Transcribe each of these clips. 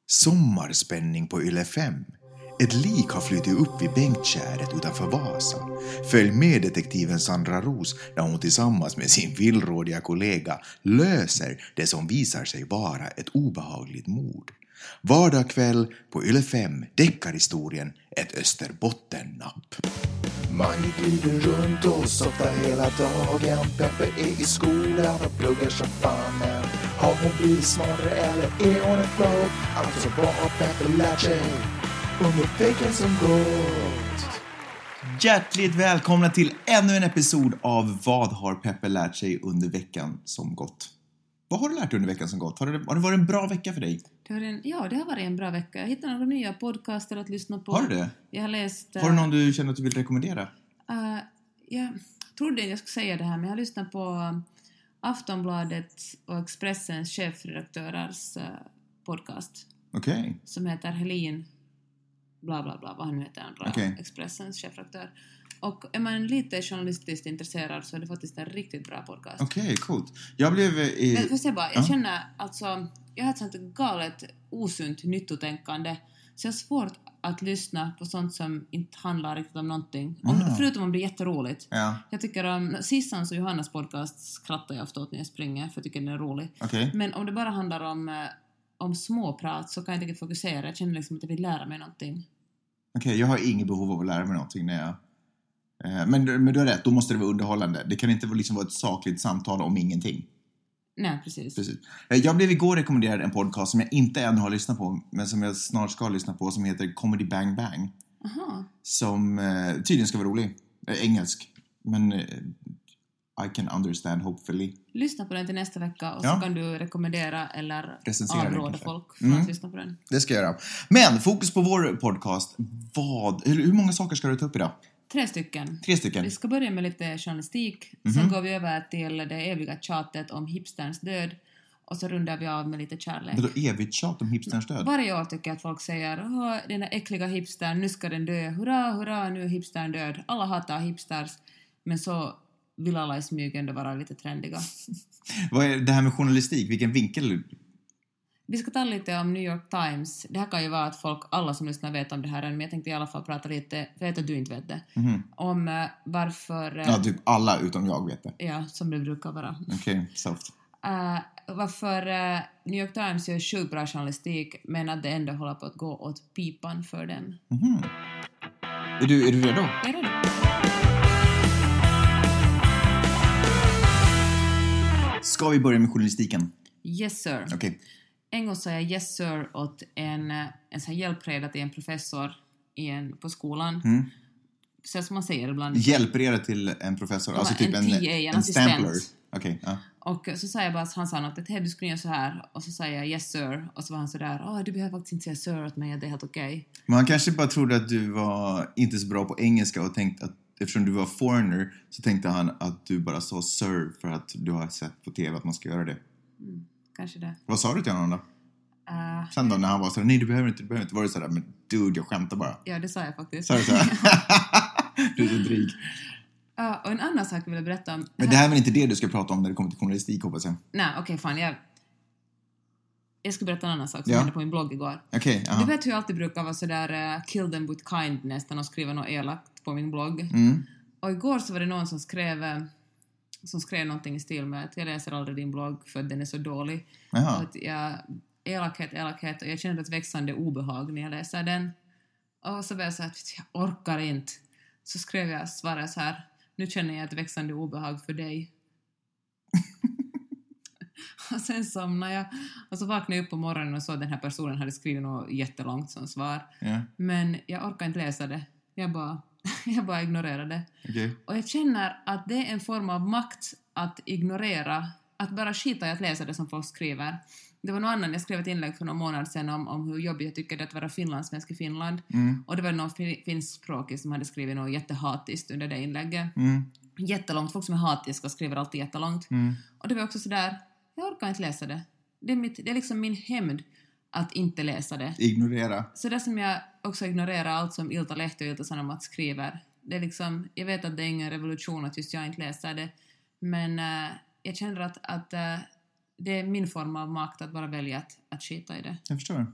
Sommarspänning på Yle 5. Ett lik har flyttat upp vid bänktjäret utanför Vasa. Följ med detektiven Sandra Ros när hon tillsammans med sin villrådiga kollega löser det som visar sig vara ett obehagligt mord. Vardagskväll på Yle 5, deckarhistorien Ett Österbottennapp. Man glider runt och softar hela dagen. Peppe är i skolan och pluggar som fan. Men har hon blivit smartare eller är hon en flow? Alltså vad har Peppe lärt sig under veckan som gått? Hjärtligt välkomna till ännu en episod av Vad har Peppe lärt sig under veckan som gått? Vad har du lärt dig under veckan som gått? Har det varit en bra vecka för dig? Det har varit en bra vecka. Jag hittade några nya podcaster att lyssna på. Har du det? Jag har läst... Har du någon du känner att du vill rekommendera? Jag trodde jag skulle säga det här, men jag har lyssnat på Aftonbladet och Expressens chefredaktörers podcast. Okej. Okay. Som heter Helin bla bla bla, vad han nu heter, Expressens chefredaktör. Och är man lite journalistiskt intresserad så är det faktiskt en riktigt bra podcast. Okej, coolt. Jag blev... Jag känner alltså... Jag har ett sånt galet, osunt nyttotänkande. Så jag har svårt att lyssna på sånt som inte handlar riktigt om någonting. Förutom om det är jätteroligt. Ja. Jag tycker om Sissans och Johannas podcast skrattar jag ofta åt när jag springer. För jag tycker den är rolig. Okay. Men om det bara handlar om småprat så kan jag inte fokusera. Jag känner liksom att jag vill lära mig någonting. Okej, jag har inget behov av att lära mig någonting när jag... Men du har rätt, då måste det vara underhållande. Det kan inte liksom vara ett sakligt samtal om ingenting. Nej, precis. Jag blev igår rekommenderad en podcast som jag inte än har lyssnat på, men som jag snart ska lyssna på, som heter Comedy Bang Bang. Aha. Som tydligen ska vara rolig. Engelsk. Men I can understand, hopefully. Lyssna på den till nästa vecka och så kan du rekommendera eller avråda folk från att lyssna på den. Det ska jag göra. Men fokus på vår podcast. Hur många saker ska du ta upp idag? 3 stycken. Vi ska börja med lite journalistik. Sen går vi över till det eviga tjatet om hipsterns död. Och så rundar vi av med lite kärlek. Men då evigt tjat om hipsterns död? Varje år tycker jag att folk säger den där äckliga hipstern, nu ska den dö. Hurra, hurra, nu är hipstern död. Alla hatar hipsters. Men så vill alla i smygen då vara lite trendiga. Vad är det här med journalistik? Vilken vinkel? Vi ska tala lite om New York Times. Det här kan ju vara att alla som lyssnar vet om det här än, men jag tänkte i alla fall prata lite, för jag vet att du inte vet det, om varför... Ja, typ alla utom jag vet det. Ja, som det brukar vara. Okej, soft. Varför New York Times gör sjukt bra journalistik, men att det ändå håller på att gå åt pipan för den. Är du redo? Jag är redo. Ska vi börja med journalistiken? Yes, sir. Okay. En gång sa jag yes, sir åt en sån hjälpreda till en professor på skolan. Så som man säger ibland. Hjälpreda till en professor? Alltså typ en TA, en assistent. Okej, ja. Och så sa jag bara att han sa något att du skulle göra så här. Och så sa jag yes, sir. Och så var han så där, du behöver faktiskt inte säga sir åt mig, det är helt okej. Men han kanske bara trodde att du var inte så bra på engelska och tänkte att eftersom du var foreigner så tänkte han att du bara sa sir för att du har sett på tv att man ska göra det. Kanske det. Vad sa du till honom då? Sen då när han var så nej du behöver inte. Var det sådär, men dude jag skämtar bara. Ja, det sa jag faktiskt. Sa du så? Du är så dryg. Och en annan sak vill jag berätta om. Men det här är väl inte det du ska prata om när det kommer till journalistik, hoppas jag. Nej, okej, fan. Jag ska berätta en annan sak som hände på min blogg igår. Okej. Du vet hur jag alltid brukar vara sådär kill them with kindness när de skriver något elakt på min blogg. Och igår så var det någon som skrev någonting i stil med att jag läser aldrig din blogg för att den är så dålig. Och att elakhet och jag känner ett växande obehag när jag läser den. Och så var jag så att jag orkar inte. Så svarade jag så här: nu känner jag ett växande obehag för dig. Och sen somnade jag. Och så vaknade jag upp på morgonen och så att den här personen hade skrivit något jättelångt som svar. Yeah. Men jag orkar inte läsa det. Jag bara ignorerade det. Okay. Och jag känner att det är en form av makt att ignorera, att bara skita i att läsa det som folk skriver. Det var någon annan, jag skrev ett inlägg för någon månad sedan om hur jobbigt jag tycker det att vara finlandssvensk i Finland. Och det var någon finskspråkig som hade skrivit något jättehatiskt under det inlägget. Jättelångt, folk som är hatiska skriver alltid jättelångt. Och det var också sådär, jag orkar inte läsa det. Det är liksom min hämnd att inte läsa det. Ignorera. Så det som jag också ignorerar allt som Ilta Lehti och Ilta Sanomat skriver. Det är liksom, jag vet att det är ingen revolution att just jag inte läser det. Men jag känner att det är min form av makt att bara välja att skita i det. Jag förstår.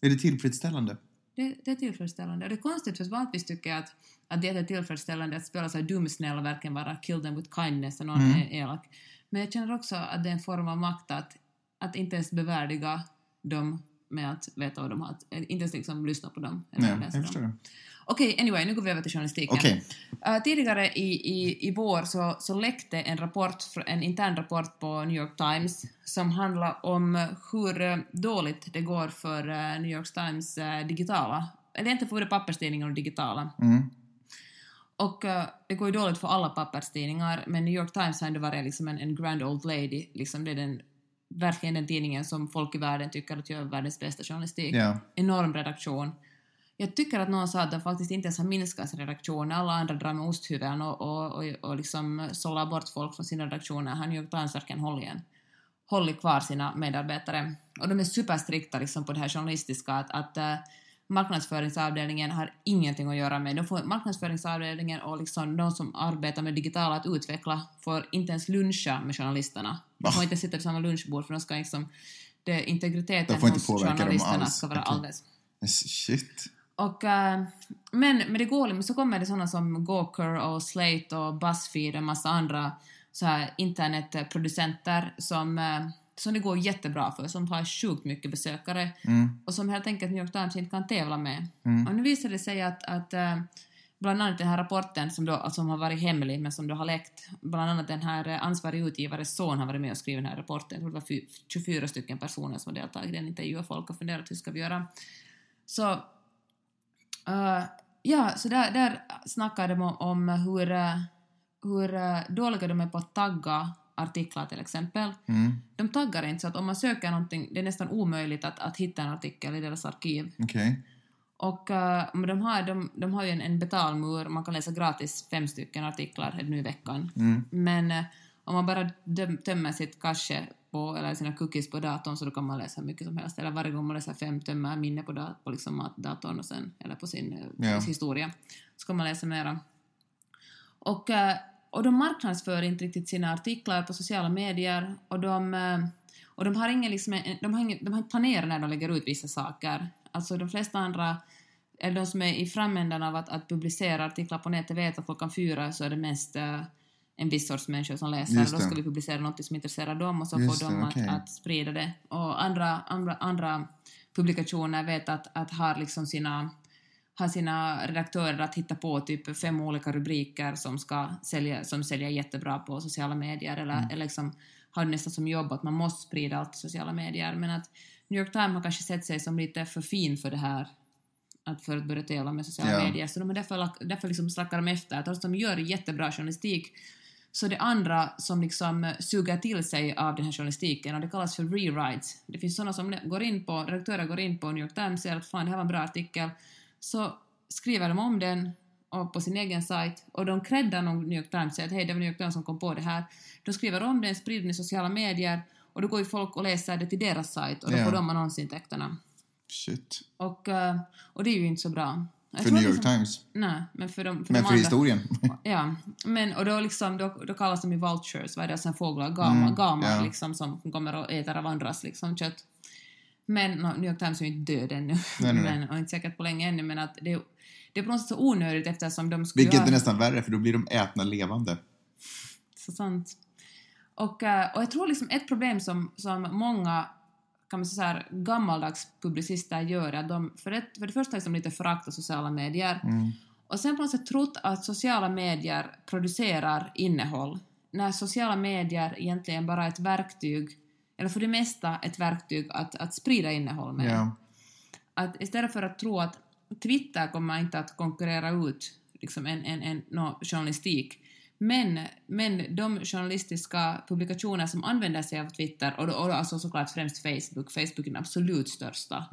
Är det tillfredsställande? Det är tillfredsställande. Och det är konstigt för vanligtvis tycker jag att det är tillfredsställande att spela så här dumsnäll och verkligen vara kill them with kindness och någon är elak. Men jag känner också att det är en form av makt att inte ens bevärdiga dem med att veta vad de har. Inte ens liksom lyssna på dem. Nej, jag förstår det. Okej, anyway, nu går vi över till journalistiken. Tidigare i vår så läckte en intern rapport på New York Times som handlar om hur dåligt det går för New York Times digitala. Eller inte för både papperstidningar och digitala. Och det går ju dåligt för alla papperstidningar, men New York Times har ändå varit liksom en grand old lady. Liksom det är verkligen den tidningen som folk i världen tycker att gör världens bästa journalistik. Yeah. Enorm redaktion. Jag tycker att någon sa att de faktiskt inte ens har minskat sin redaktion. Alla andra drar med osthuvuden och liksom sållar bort folk från sina redaktioner. Han New York Times verkligen håller kvar sina medarbetare. Och de är superstrikta liksom på det här journalistiska att marknadsföringsavdelningen har ingenting att göra med. Marknadsföringsavdelningen och liksom de som arbetar med digitala att utveckla får inte ens luncha med journalisterna. De får inte sitta vid samma lunchbord för de ska liksom integriteten hos journalisterna ska vara alldeles. Shit. Och, men det går, men så kommer det sådana som Gawker och Slate och BuzzFeed och en massa andra så här internetproducenter som det går jättebra för, som har sjukt mycket besökare och som helt enkelt New York Times inte kan tävla med. Och nu visar det sig att bland annat den här rapporten som har varit hemlig men som då har läckt, bland annat den här ansvarig utgivares son har varit med och skrivit den här rapporten. Det var 24 stycken personer som har deltagit i den intervjun, folk har funderat hur ska vi göra. Så så där snackar de om hur dåliga de är på att tagga artiklar till exempel. De taggar inte så att om man söker någonting, det är nästan omöjligt att hitta en artikel i deras arkiv. Okay. Och de har ju en betalmur, man kan läsa gratis 5 stycken artiklar nu i veckan. Men om man bara tömmer sitt cache eller sina cookies på datorn så då kan man läsa mycket som helst. Eller varje gång man läser 5 tömmer minne på liksom datorn och sen, eller på sin historia så kan man läsa mera. Och de marknadsför inte riktigt sina artiklar på sociala medier och de har ingen liksom, de har inte planerat när de lägger ut vissa saker. Alltså de flesta andra, eller de som är i framändan av att publicera artiklar på nätet vet att klockan 4 så är det mest en viss sorts människor som läser. Och då ska vi publicera något som intresserar dem och så får de att sprida det. Och andra publikationer vet att har liksom sina redaktörer att hitta på typ 5 olika rubriker som säljer jättebra på sociala medier eller liksom har nästan som jobb att man måste sprida allt i sociala medier. Men att New York Times har kanske sett sig som lite för fin för det här för att börja tävla med sociala medier. Så de är därför liksom slackar de efter. Trots att de gör jättebra journalistik så det andra som liksom suger till sig av den här journalistiken och det kallas för rewrites. Det finns sådana som redaktörer går in på New York Times och säger att fan det här var en bra artikel. Så skriver de om den och på sin egen sajt och de creddar New York Times och säger att hej, det var New York Times som kom på det här. De skriver om den, sprider den i sociala medier och då går ju folk och läser det till deras sajt och då får de annonsintäkterna. Shit. Och det är ju inte så bra. För New York Times? Nej, men för de men för andra, historien? Ja, men och då kallas de ju vultures, vad är det, alltså fåglar, gamar liksom, som kommer och äter av andras liksom, kött. Men New York Times är ju inte död ännu. Nej. Och inte säkert på länge ännu, men att det är på något sätt så onödigt eftersom de skulle vilket är nästan värre, för då blir de ätna levande. Så sant. Och jag tror liksom ett problem som många kan man säga så här, gammaldags publicister gör att de för det första är de lite föraktar sociala medier och sen på något sätt trott att sociala medier producerar innehåll när sociala medier egentligen bara är ett verktyg eller för det mesta ett verktyg att sprida innehåll med. Yeah. Att istället för att tro att Twitter kommer inte att konkurrera ut liksom en journalistik. Men de journalistiska publikationer som använder sig av Twitter och alltså såklart främst Facebook är den absolut största.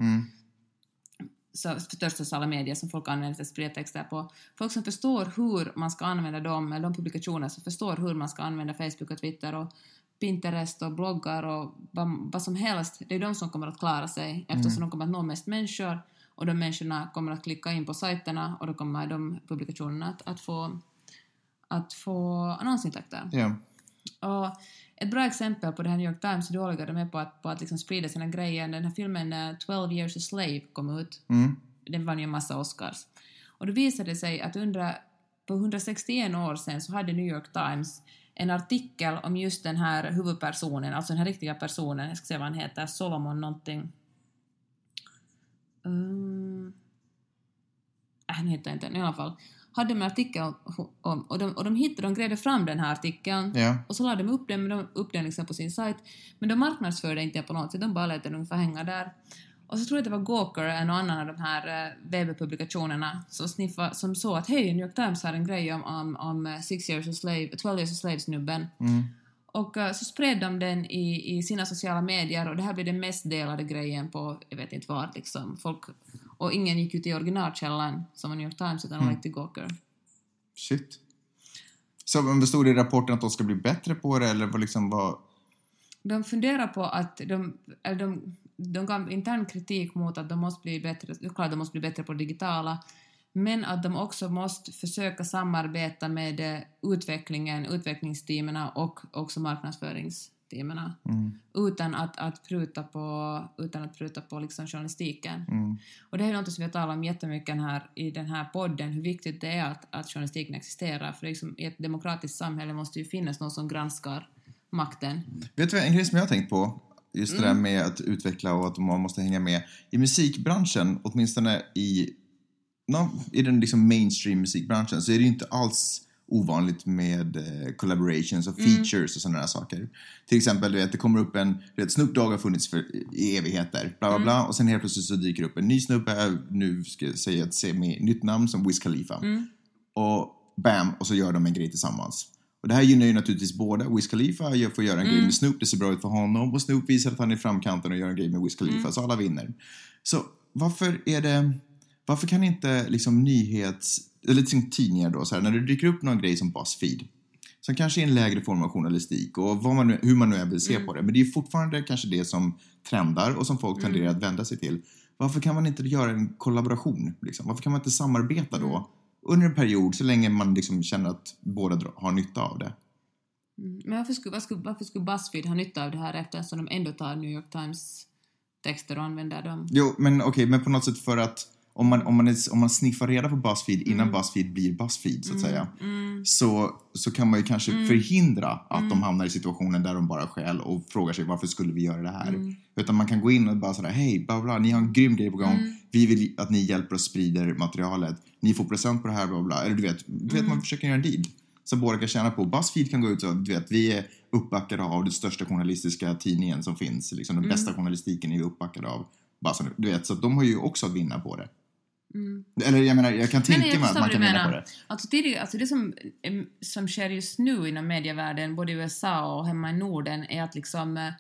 Största sociala medier som folk använder till att sprida texter på. Folk som förstår hur man ska använda dem, eller de publikationer som förstår hur man ska använda Facebook och Twitter och Pinterest och bloggar och vad som helst, det är de som kommer att klara sig eftersom de kommer att nå mest människor och de människorna kommer att klicka in på sajterna och då kommer de publikationerna att få annonsintäkter. Yeah. Och ett bra exempel på det här New York Times dåliga de är på att liksom sprida sina grejer. Den här filmen 12 Years a Slave kom ut. Den vann ju en massa Oscars. Och då visade det sig att på 161 år sedan så hade New York Times en artikel om just den här huvudpersonen, alltså den här riktiga personen, jag ska säga vad han heter, Solomon någonting. Han heter inte, i alla fall. Hade de en artikel om, och de grävde fram den här artikeln och så lade de upp den liksom på sin sajt, men de marknadsförde inte på något sätt, de bara lät den ungefär hänga där. Och så tror jag det var Gawker, en annan av de här webpublikationerna som såg att hej, New York Times har en grej om 12 years a slave-snubben. Och så spred de den i sina sociala medier och det här blev den mest delade grejen på, jag vet inte vad, liksom. Och ingen gick ut i originalkällan som var New York Times utan de gick till Gawker. Shit. Så vad stod det i rapporten att de ska bli bättre på det eller vad liksom var... De funderar på att de gav intern kritik mot att de måste bli bättre, klart de måste bli bättre på digitala, men att de också måste försöka samarbeta med utvecklingsteamen och också marknadsföringsteamen utan att pruta på liksom journalistiken. Och det är något som vi har talat om jättemycket i den här podden, hur viktigt det är att journalistiken existerar, för liksom, i ett demokratiskt samhälle måste ju finnas någon som granskar makten. Vet du en grej som jag har tänkt på? Just det där med att utveckla och att man måste hänga med. I musikbranschen, åtminstone i den liksom mainstream musikbranschen, så är det ju inte alls ovanligt med collaborations och features och sådana där saker. Till exempel, det kommer upp Snoop Dogg har funnits i evigheter, bla bla bla, och sen helt plötsligt så dyker upp en ny snubbe, nu ska jag säga ett nytt namn som Wiz Khalifa. Och bam, och så gör de en grej tillsammans. Och det här gynnar ju naturligtvis båda. Wiz Khalifa får göra en grej med Snoop, det ser bra ut för honom. Och Snoop visar att han är i framkanten och gör en grej med Wiz Khalifa, så alla vinner. Så varför kan inte liksom eller liksom tidningar då, så här, när det dyker upp någon grej som BuzzFeed, som kanske är en lägre form av journalistik och hur man nu vill se på det, men det är fortfarande kanske det som trendar och som folk tenderar att vända sig till. Varför kan man inte göra en kollaboration? Liksom? Varför kan man inte samarbeta då? Under en period, så länge man liksom känner att båda har nytta av det. Men varför skulle BuzzFeed ha nytta av det här eftersom de ändå tar New York Times texter och använder dem? Jo, men okej, men på något sätt för att om man sniffar reda på BuzzFeed innan BuzzFeed blir BuzzFeed så att säga, så kan man ju kanske förhindra att de hamnar i situationen där de bara skäl och frågar sig varför skulle vi göra det här. Utan man kan gå in och bara sådär, hej, bla bla, ni har en grym grej på gång, vi vill att ni hjälper och sprider materialet, ni får present på det här, bla bla, eller du vet man försöker göra en deal så båda kan tjäna på. BuzzFeed kan gå ut och vi är uppbackade av den största journalistiska tidningen som finns, liksom den bästa journalistiken är vi uppbackade av, bara så, du vet, så att de har ju också att vinna på det. Eller jag menar, jag kan tänka mig att man kan vinna på det. Alltså det som sker just nu inom medievärlden, både i USA och hemma i Norden, är att liksom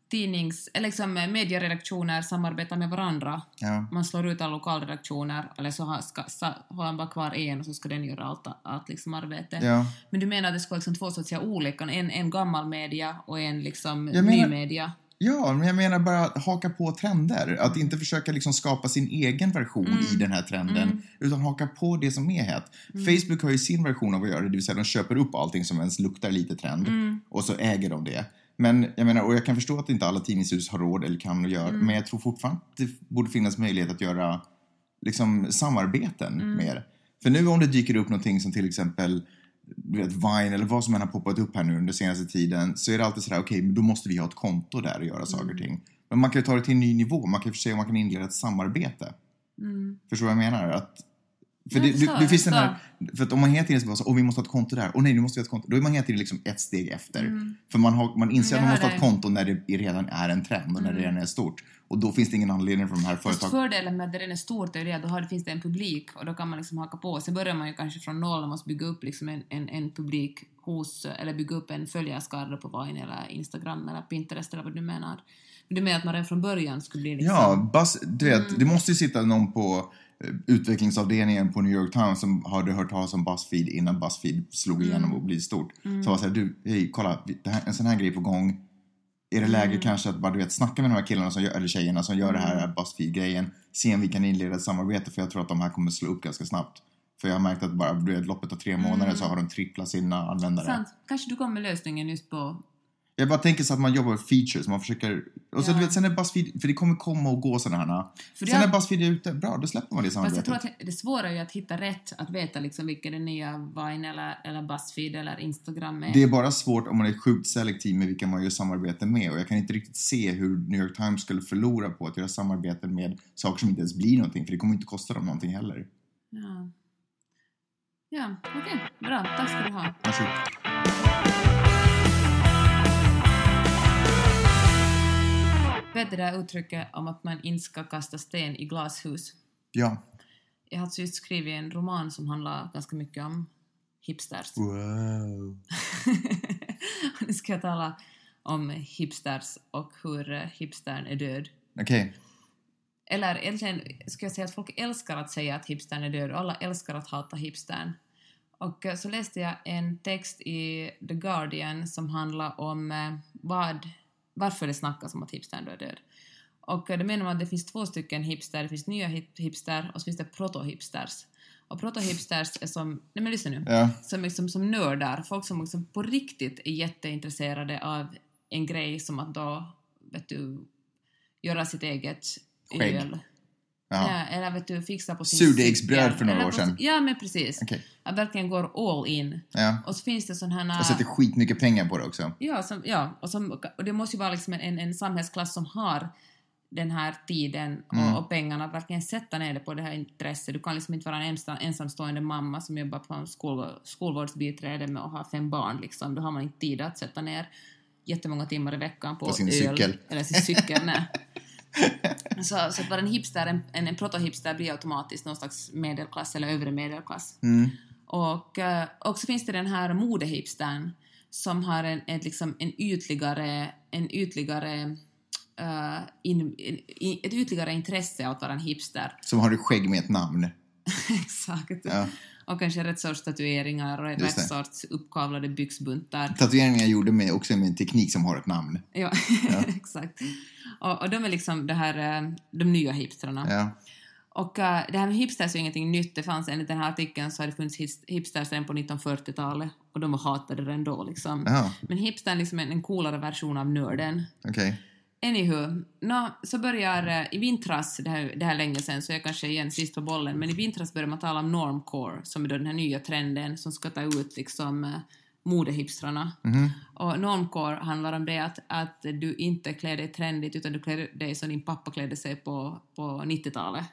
medieredaktioner samarbetar med varandra. Ja. Man slår ut alla lokalredaktioner, eller så har man bara kvar en och så ska den göra allt liksom arbete. Ja. Men du menar att det ska liksom två så att säga olika, en gammal media och en liksom ny media? Ja, men jag menar bara haka på trender. Att inte försöka liksom skapa sin egen version i den här trenden. Utan haka på det som är het. Facebook har ju sin version av att göra det. Det vill säga de köper upp allting som ens luktar lite trend. Och så äger de det. Men jag menar, och jag kan förstå att inte alla tidningshus har råd eller kan göra. Men jag tror fortfarande att det borde finnas möjlighet att göra liksom samarbeten med. För nu om det dyker upp någonting som till exempel, du vet, Vine eller vad som än har poppat upp här nu under senaste tiden, så är det alltid sådär, okej, men då måste vi ha ett konto där och göra saker och ting. Men man kan ju ta det till en ny nivå. Man kan se om man kan inleda ett samarbete. Förstår vad jag menar? För det finns den här, för att om man hela tiden så vi måste ha ett konto där, och nej, nu måste vi ha ett konto, då är man hela tiden liksom ett steg efter. För man inser att man måste ha ett konto när det redan är en trend och när det redan är stort. Och då finns det ingen anledning för de här företagen. Fördelen med att det redan är stort är att då finns det en publik och då kan man liksom haka på. Sen börjar man ju kanske från noll och måste bygga upp liksom en publik eller bygga upp en följarskara på Vine eller Instagram eller Pinterest eller vad du menar. Men du menar att man redan från början skulle bli liksom... Ja, du vet, det måste ju sitta någon på utvecklingsavdelningen på New York Times som hade hört talas om BuzzFeed innan BuzzFeed slog igenom och blev stort. Så var så här, du, hej, kolla, en sån här grej på gång. Är det läge kanske att bara, du vet, snacka med de här killarna eller tjejerna som gör det här BuzzFeed-grejen. Se om vi kan inleda ett samarbete, för jag tror att de här kommer slå upp ganska snabbt. För jag har märkt att bara loppet av 3 månader så har de tripplat sina användare. Sant. Kanske du kommer med lösningen just på... Jag bara tänker så att man jobbar med features. Man försöker... Och så du vet, sen är BuzzFeed... För det kommer komma och gå sådana här. Sen är BuzzFeed ute. Bra, då släpper man det samarbetet. Fast jag tror att det svåra är ju att hitta rätt. Att veta liksom vilka det nya Vine eller BuzzFeed eller Instagram är. Det är bara svårt om man är sjukt selektiv med vilka man gör samarbete med. Och jag kan inte riktigt se hur New York Times skulle förlora på att göra samarbeten med saker som inte ens blir någonting. För det kommer inte kosta dem någonting heller. Ja, okej. Bra, tack ska du ha. Varsågod. Vet det där uttrycket om att man inte ska kasta sten i glashus? Ja. Jag har just skrivit en roman som handlar ganska mycket om hipsters. Wow. Nu ska jag tala om hipsters och hur hipstern är död. Okej. Eller egentligen ska jag säga att folk älskar att säga att hipstern är död och alla älskar att hata hipstern. Och så läste jag en text i The Guardian som handlar om varför det snackas om att hipstern är död. Och det menar man att det finns 2 stycken hipster, det finns nya hipster och så finns det proto-hipsters. Och proto-hipsters är som, nej men lyssna nu, som nördar, folk som liksom på riktigt är jätteintresserade av en grej som att då, vet du, göra sitt eget öl. Ja, eller vet du, fixa på sin surdegsbröd för några år sedan. Ja, men precis. Okay. Att verkligen går all in. Ja. Och så finns det sån här... Och sätter skitmycket pengar på det också. Ja, och det måste ju vara liksom en samhällsklass som har den här tiden och pengarna att verkligen sätta ner det på det här intresset. Du kan liksom inte vara en ensamstående mamma som jobbar på en skolvårdsbiträde med att ha 5 barn. Liksom. Då har man inte tid att sätta ner jättemånga timmar i veckan på sin öl. Cykel. Eller sin cykel, nej. Så att vara en hipster, en proto-hipster blir automatiskt någon slags medelklass eller övre medelklass. Och så finns det den här modehipstern som har ett ytligare intresse av att vara en hipster. Som har ett skägg med ett namn. Exakt. Ja. Och kanske rätt sorts tatueringar och rätt sorts uppkavlade byxbuntar. Tatueringar gjorde med också med en teknik som har ett namn. Ja. Exakt. Och de är liksom de nya hipstrarna. Ja. Och det här med hipsters är ingenting nytt. Det fanns enligt den här artikeln så hade det funnits hipsters redan på 1940-talet. Och de hatade det ändå liksom. Ja. Men hipstern är liksom en coolare version av nörden. Okej. Anywho, så börjar i vintras, det här länge sedan så jag kanske igen sist på bollen, men i vintras börjar man tala om normcore som är då den här nya trenden som ska ta ut liksom modehipstrarna. Och normcore handlar om det att du inte klär dig trendigt utan du klär dig som din pappa klädde sig på 90-talet.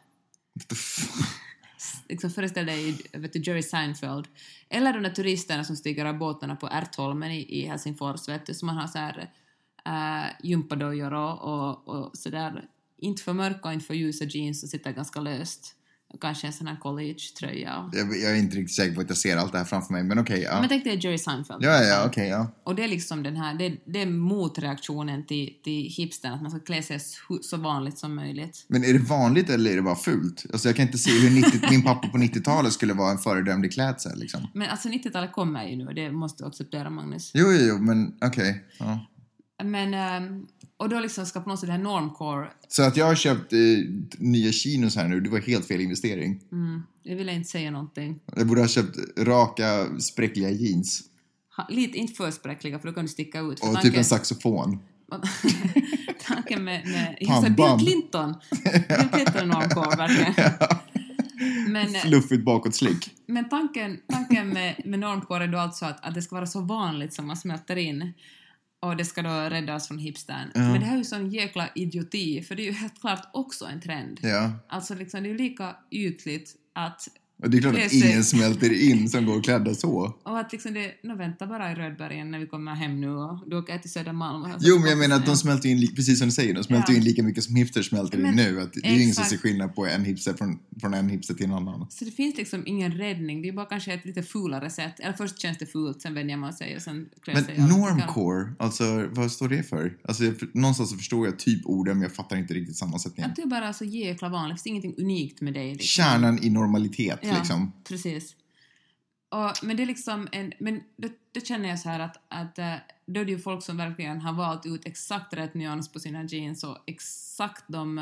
Liksom föreställ dig, vet du, Jerry Seinfeld eller de där turisterna som stiger av båtarna på Ärtholmen i Helsingfors, vet du, som man har så här gympadojor och sådär, inte för mörka och inte för ljusa jeans och sitter ganska löst. Kanske en sån här college-tröja. Jag är inte riktigt säker på att jag ser allt det här framför mig, men okej. Ja. Men tänk dig Jerry Seinfeld. Ja, okej, ja. Och det är liksom den här, det är motreaktionen till hipstern, att man ska klä sig så vanligt som möjligt. Men är det vanligt eller är det bara fult? Alltså jag kan inte se hur min pappa på 90-talet skulle vara en föredömlig klädsel liksom. Men alltså 90-talet kommer ju nu, det måste du acceptera, Magnus. Jo, men okej. Ja. Men, och då liksom ska på något sätt det här normcore. Så att jag har köpt nya chinos här nu, det var helt fel investering. Jag vill inte säga någonting. Jag borde ha köpt raka, spräckliga jeans. Lite, inte för spräckliga, för då kan du sticka ut. Och typ en saxofon. Tanken med Bill Clinton. Bill Clinton är normcore, verkligen. Men, fluffigt bakåtslick. Men tanken med normcore är då alltså att det ska vara så vanligt som man smälter in. Och det ska då rädda oss från hipstern. Men det här är ju sån jäkla idioti. För det är ju helt klart också en trend. Ja. Alltså liksom, det är ju lika ytligt att... Och det är klart att ingen smälter in som går klädda så. Och att liksom vänta bara i Rödbergen när vi kommer hem nu och du åker till Södermalm. Jo, men jag menar att de smälter in, precis som du säger, de smälter in lika mycket som hipster smälter in nu. Att det är ju ingen som ser skillnad på en hipster från en hipster till en annan. Så det finns liksom ingen räddning, det är bara kanske ett lite fulare sätt. Eller först känns det fult, sen vänjer man sig och sen klär sig. Men normcore, alltså vad står det för? Alltså någonstans så förstår jag typ orden, men jag fattar inte riktigt sammansättningen. Att det är bara så jäkla vanligt, det finns ingenting unikt med dig. Liksom. Kärnan i normalitet, liksom. Precis. Men det är liksom men det känner jag så här att då är det ju folk som verkligen har valt ut exakt rätt nyans på sina jeans och exakt de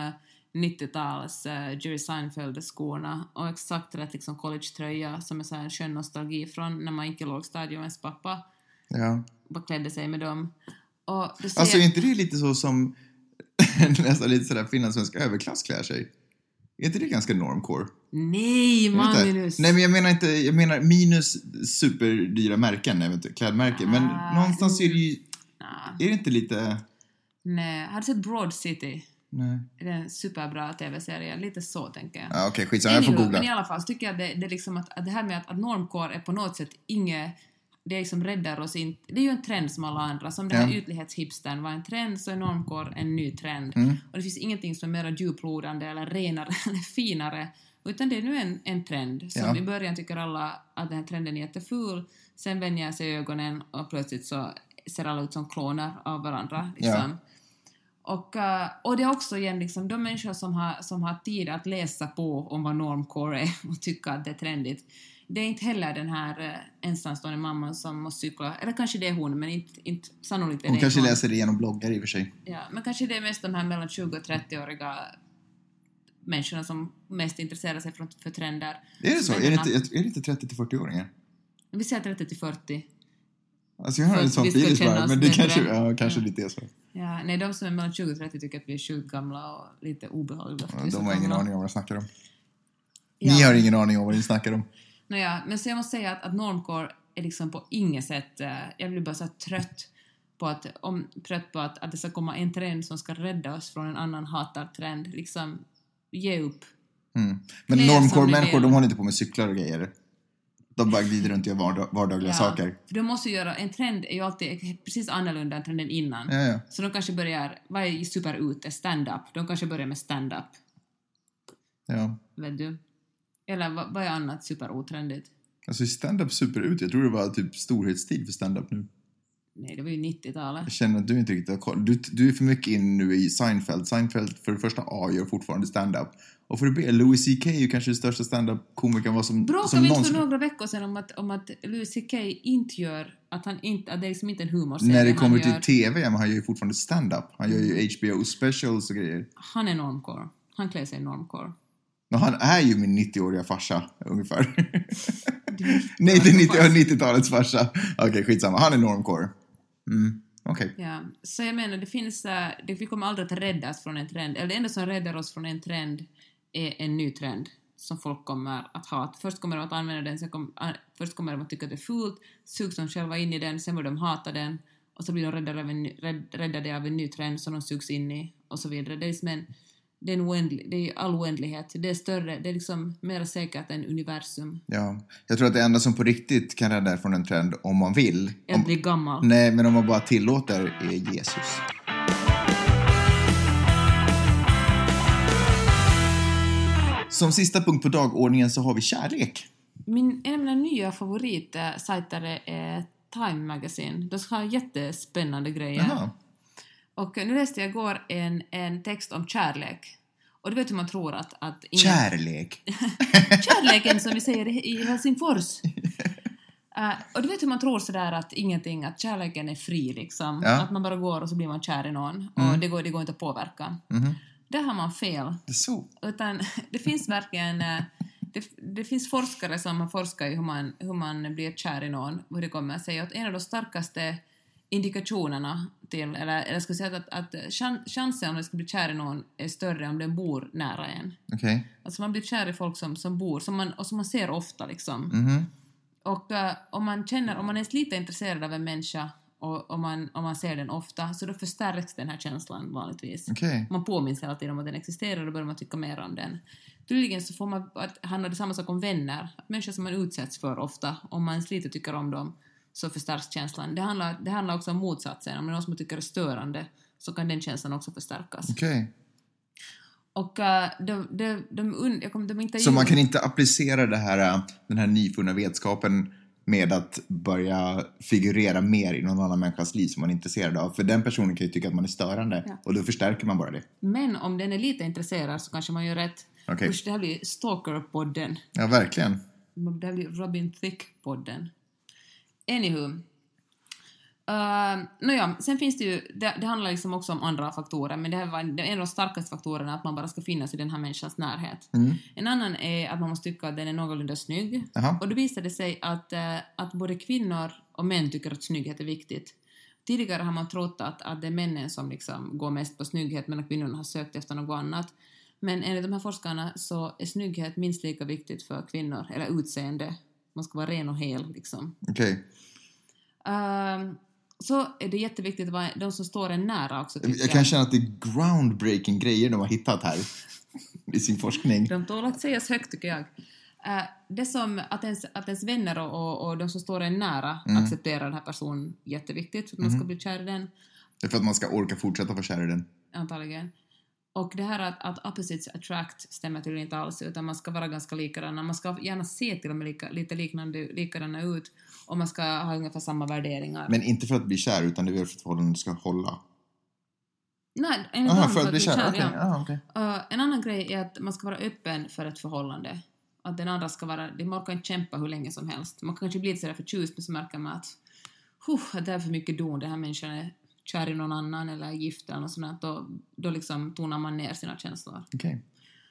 90-tals Jerry Seinfeld-skorna och exakt rätt liksom college-tröja som är så här en skön nostalgi från när man gick i lågstadiet och ens pappa bara klädde sig med dem. Och du ser... Alltså är inte det lite så som nästan lite sådär finlandssvensk överklass klär sig? Är inte det ganska normcore? Nej, Magnus! Nej, men jag menar inte, jag menar minus superdyra märken, eventuellt klädmärken, men någonstans är det ju, är det inte lite... Nej, har du sett Broad City? Nej. Det är en superbra tv-serie, lite så tänker jag. Ja, okej, skitsamma, jag får googla. Men i alla fall så tycker jag det är liksom att det här med att normcore är på något sätt inget, det är liksom räddar oss inte, det är ju en trend som alla andra, som den här ytlighetshipstern var en trend, så är normcore en ny trend. Och det finns ingenting som är mer djuplodande eller renare eller finare, utan det är nu en trend som i början tycker alla att den här trenden är jätteful, sen vänjer sig ögonen och plötsligt så ser alla ut som kloner av varandra liksom. Och det är också igen liksom, de människor som har tid att läsa på om vad normcore är och tycka att det är trendigt. Det är inte heller den här ensamstående mamman som måste cykla, eller kanske det är hon, men inte sannolikt är det. Hon kanske läser det genom bloggar i och för sig. Ja, men kanske det är mest de här mellan 20 och 30-åriga människorna som mest intresserar sig för trender. Är det så? Är det inte 30-40-åringar? Vi säger 30-40. Alltså jag har en sån feeling bara, men det kanske lite är så. Ja, nej, de som är mellan 20 och 30 tycker att vi är sjukt gamla och lite obehagliga. De har ingen aning om vad de snackar om. Ni har ingen aning om vad ni snackar om. Naja, men så jag måste säga att normcore är liksom på inget sätt, jag blir bara så trött på att det ska komma en trend som ska rädda oss från en annan hatad trend. Liksom, ge upp. Men normcore-människor, de håller inte på med cyklar och grejer. De bara glider runt och gör vardagliga saker. För de måste göra, en trend är ju alltid precis annorlunda än trenden innan. Ja. Så de kanske börjar, vad är superute? Stand-up. De kanske börjar med stand-up. Ja. Vet du? Eller vad är annat superotrendigt? Alltså stand-up superut, jag tror det var typ storhetstid för stand-up nu. Nej, det var ju 90-talet. Jag känner att du inte riktigt har koll. Du är för mycket in nu i Seinfeld. Seinfeld för det första gör fortfarande stand-up. Och för det B, Louis C.K. är ju kanske den största stand-up-komikern vad som bråkade vi inte för några veckor sedan om att Louis C.K. inte gör, att det är liksom inte en humorserie. När det kommer till tv, men han gör ju fortfarande stand-up. Han gör ju HBO specials och grejer. Han är normcore. Han klär sig normcore. Men han är ju min 90-åriga farsa, ungefär. Nej, det är 90-talets farsa. Okej, skitsamma. Han är normcore. Okej. Ja, så jag menar, vi kommer aldrig att räddas från en trend. Eller det enda som räddar oss från en trend är en ny trend som folk kommer att ha. Först kommer de att använda den, först kommer de att tycka att det är fult, sugs de själva in i den, sen börjar de hata den, och så blir de räddade av en ny trend som de sugs in i, och så vidare. Det är som det är all oändlighet. Det är större, det är liksom mer säkert än universum. Ja, jag tror att det enda som på riktigt kan rädda från en trend, om man vill. Att bli gammal. Nej, men om man bara tillåter, är Jesus. Som sista punkt på dagordningen så har vi kärlek. En av mina nya favoritsajter är Time Magazine. De har jättespännande grejer. Aha. Och nu läste jag igår en text om kärlek. Och du vet hur man tror att Kärlek? Kärleken som vi säger i Helsingfors. Och du vet hur man tror sådär att kärleken är fri liksom. Ja. Att man bara går och så blir man kär i någon. Och det går inte att påverka. Där har man fel. Det är så. Utan det finns verkligen... Det finns forskare som har forskat i hur man blir kär i någon. Hur det kommer att säga att en av de starkaste indikationerna till, eller ska jag säga att chansen om man ska bli kär i någon är större om den bor nära en. Okay. Alltså man blir kär i folk som bor, som man ser ofta liksom. Och om man är lite intresserad av en människa och om man ser den ofta, så då förstärks den här känslan vanligtvis. Okay. Man påminns hela tiden om att den existerar och då börjar man tycka mer om den. Tydligen så får man handlar det samma sak om vänner. Människor som man utsätts för ofta, om man lite tycker om dem, så förstärks känslan. Det handlar också om motsatsen. Om det är någon som tycker det är störande, så kan den känslan också förstärkas. Okay. Och så man kan inte applicera den här nyfunna vetskapen med att börja figurera mer i någon annan människas liv som man är intresserad av. För den personen kan ju tycka att man är störande, och då förstärker man bara det. Men om den är lite intresserad så kanske man gör rätt. Okay. Usch, det här blir Stalker-podden. Ja, verkligen. Det här blir Robin Thicke-podden. Anywho. Sen finns det ju, det handlar liksom också om andra faktorer, men det är en av de starkaste faktorerna att man bara ska finnas i den här människans närhet. En annan är att man måste tycka att den är någorlunda snygg. Och då visar det sig att både kvinnor och män tycker att snygghet är viktigt. Tidigare har man trott att det är männen som liksom går mest på snygghet, medan kvinnorna har sökt efter något annat. Men enligt de här forskarna så är snygghet minst lika viktigt för kvinnor, eller utseende. Man ska vara ren och hel liksom. Okej. Så är det jätteviktigt att vara de som står en nära också. Jag kan känna att det är groundbreaking grejer de har hittat här i sin forskning. De tål att sägas högt, tycker jag. Det som att ens vänner och de som står en nära accepterar den här personen jätteviktigt för att man ska bli kär i den. Det är för att man ska orka fortsätta vara kär i den. Antagligen. Och det här att opposites attract stämmer tydligen inte alls, utan man ska vara ganska likadana. Man ska gärna se till och med lite likadana ut, och man ska ha ungefär samma värderingar. Men inte för att bli kär, utan det är för att förhållandet ska hålla. Nej, för att bli kär. Okay. En annan grej är att man ska vara öppen för ett förhållande. Att den andra ska vara, det man kan inte kämpa hur länge som helst. Man kanske blir lite sådär förtjust, men så märker man att det är för mycket don, den här människan är kär i någon annan eller gift eller något sånt, då liksom tonar man ner sina känslor. Okej.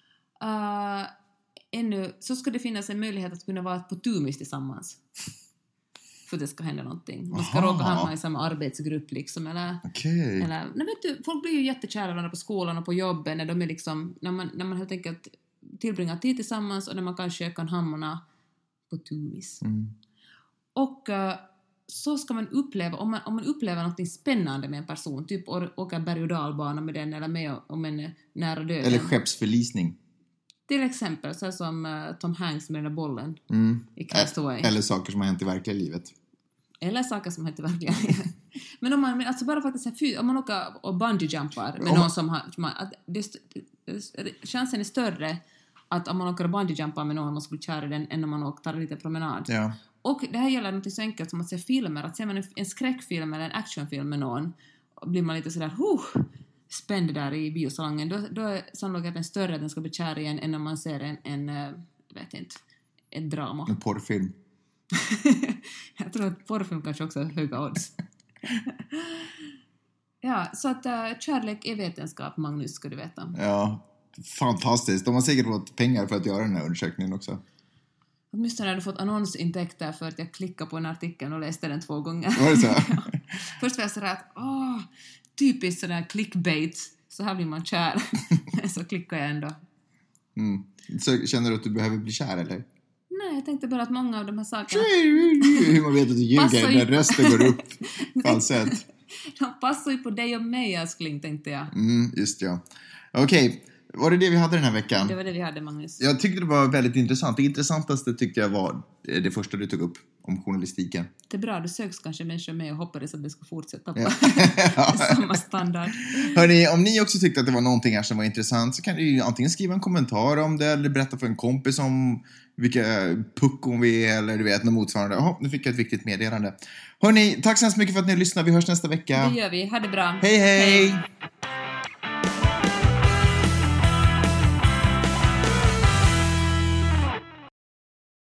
Ännu så ska det finnas en möjlighet att kunna vara på tumis tillsammans. För att det ska hända någonting. Man ska råka hamna i samma arbetsgrupp liksom, eller vet du, folk blir ju jättekära på skolan och på jobben när de är liksom, när man helt enkelt tillbringar tid tillsammans och när man kanske kan hamna på tumis. Och så ska man uppleva, om man upplever något spännande med en person, typ åka berg- och dalbana med den, eller med om en är nära döden. Eller skeppsförlisning. Till exempel, så som Tom Hanks med den där bollen i Castaway. Eller saker som har hänt i verkliga livet. Eller saker som har hänt i verkliga livet. Men om man, alltså bara faktiskt, om man åker och bungee-jumpar med någon som har, chansen är större att om man åker och bungee-jumpar med någon man ska bli kär i den, än om man tar lite promenad. Ja. Och det här gäller något så enkelt som att se filmer. Att ser man en skräckfilm eller en actionfilm med någon, blir man lite sådär spänd där i biosalongen. Då är sannolikheten större att den ska bli kär igen än om man ser ett drama. En porrfilm. Jag tror att porrfilm kanske också har höga odds. Ja, så att kärlek är vetenskap, Magnus, ska du veta. Ja, fantastiskt. De har säkert fått pengar för att göra den här undersökningen också. Åtminstone hade du fått annonsintäkter för att jag klickade på en artikel och läste den 2 gånger. Var det så? Ja. Först var jag sådär att, typiskt sådär clickbait, så här blir man kär. Så klickar jag ändå. Så känner du att du behöver bli kär, eller? Nej, jag tänkte bara att många av de här sakerna... Hur man vet att du ljuger när rösten går upp. Falsett. De passar ju på dig och mig, älskling, tänkte jag. Just ja. Okej. Var det vi hade den här veckan? Det var det vi hade, Magnus. Jag tyckte det var väldigt intressant. Det intressantaste tyckte jag var det första du tog upp om journalistiken. Det är bra, du söks kanske människor med och hoppades att det ska fortsätta på samma standard. Hörrni, om ni också tyckte att det var någonting här som var intressant, så kan du ju antingen skriva en kommentar om det eller berätta för en kompis om vilka puckon vi är, eller du vet, något motsvarande. Nu fick jag ett viktigt meddelande. Hörrni, tack så hemskt mycket för att ni lyssnar. Vi hörs nästa vecka. Det gör vi. Ha det bra. Hej, hej!